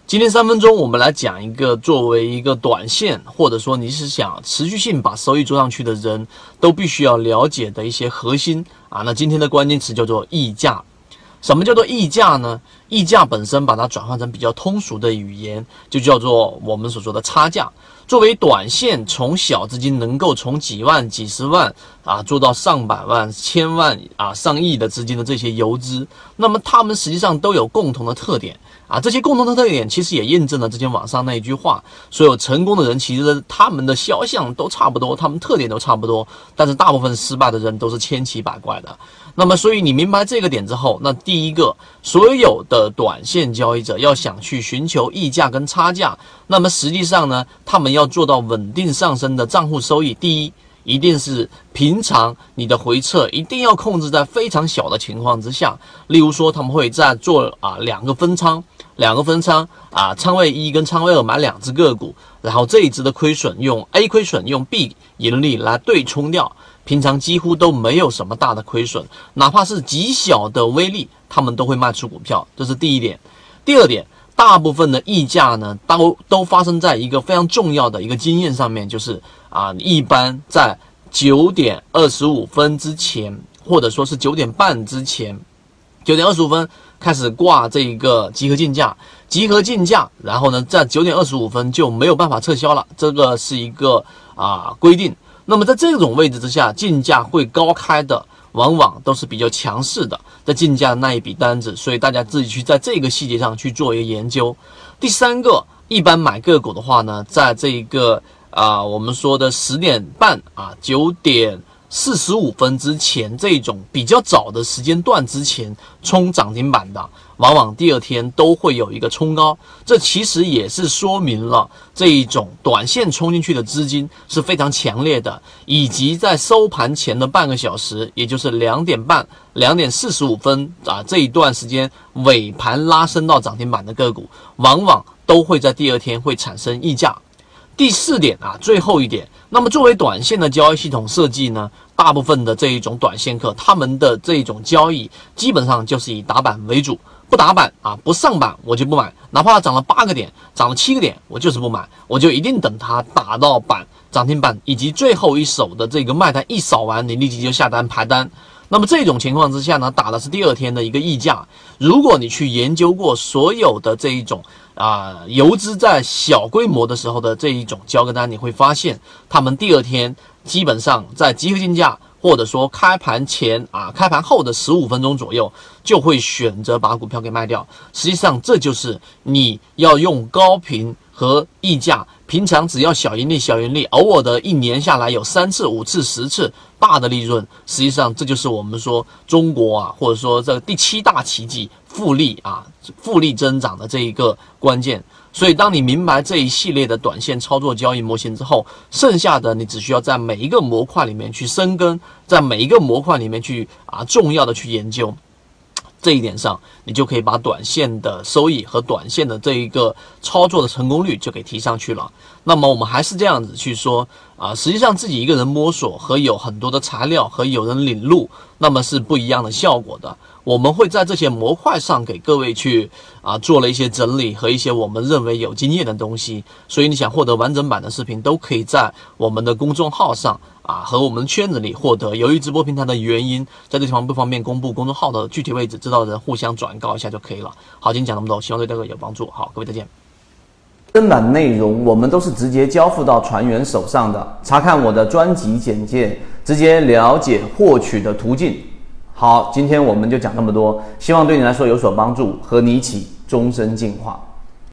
今天3分钟，我们来讲一个作为一个短线，或者说你是想持续性把收益做上去的人，都必须要了解的一些核心啊。那今天的关键词叫做溢价。什么叫做溢价呢？溢价本身把它转换成比较通俗的语言，就叫做我们所说的差价。作为短线，从小资金能够从几万、几十万啊做到上百万、千万啊上亿的资金的这些游资，那么他们实际上都有共同的特点啊。这些共同的特点其实也验证了之前网上那一句话：所有成功的人其实他们的肖像都差不多，他们特点都差不多，但是大部分失败的人都是千奇百怪的。那么，所以你明白这个点之后，那第一个，所有的短线交易者要想去寻求溢价跟差价，那么实际上呢，他们要做到稳定上升的账户收益。第一，一定是平常你的回撤一定要控制在非常小的情况之下。例如说，他们会在做两个分仓啊，仓位1跟仓位2买2只个股，然后这一只的亏损用 A 亏损用 B 盈利来对冲掉。平常几乎都没有什么大的亏损，哪怕是极小的微利，他们都会卖出股票，这是第一点。第二点，大部分的溢价呢，都发生在一个非常重要的一个经验上面，就是一般在9点25分之前，或者说是9点半之前，9点25分开始挂这一个集合竞价，然后呢，在9点25分就没有办法撤销了，这个是一个规定。那么在这种位置之下，竞价会高开的，往往都是比较强势的，在竞价的那一笔单子，所以大家自己去在这个细节上去做一个研究。第三个，一般买个股的话呢，在这一个我们说的10点半9点45分之前，这种比较早的时间段之前冲涨停板的，往往第二天都会有一个冲高。这其实也是说明了这一种短线冲进去的资金是非常强烈的，以及在收盘前的半个小时，也就是2点半、2点45分这一段时间尾盘拉升到涨停板的个股，往往都会在第二天会产生溢价。第4点最后一点，那么作为短线的交易系统设计呢，大部分的这一种短线客，他们的这一种交易基本上就是以打板为主，不打板不上板我就不买，哪怕涨了8个点，涨了7个点，我就是不买，我就一定等它打到板、涨停板以及最后一手的这个卖单一扫完，你立即就下单排单。那么这种情况之下呢，打的是第二天的一个溢价。如果你去研究过所有的这一种游资在小规模的时候的这一种交割单，你会发现他们第二天基本上在集合竞价或者说开盘前开盘后的15分钟左右就会选择把股票给卖掉。实际上这就是你要用高频和溢价，平常只要小盈利，偶尔的一年下来有3次、5次、10次大的利润，实际上这就是我们说中国或者说这个第7大奇迹复利增长的这一个关键。所以当你明白这一系列的短线操作交易模型之后，剩下的你只需要在每一个模块里面去深耕，在每一个模块里面去重要的去研究。这一点上，你就可以把短线的收益和短线的这一个操作的成功率就给提上去了。那么我们还是这样子去说实际上自己一个人摸索和有很多的材料和有人领路，那么是不一样的效果的。我们会在这些模块上给各位去做了一些整理和一些我们认为有经验的东西，所以你想获得完整版的视频，都可以在我们的公众号上和我们圈子里获得。由于直播平台的原因，在这地方不方便公布公众号的具体位置，知道的人互相转告一下就可以了。好，今天讲那么多，希望对大家有帮助。好，各位再见。 正版内容我们都是直接交付到船员手上的，查看我的专辑简介，直接了解获取的途径。好，今天我们就讲这么多，希望对你来说有所帮助，和你一起终身进化。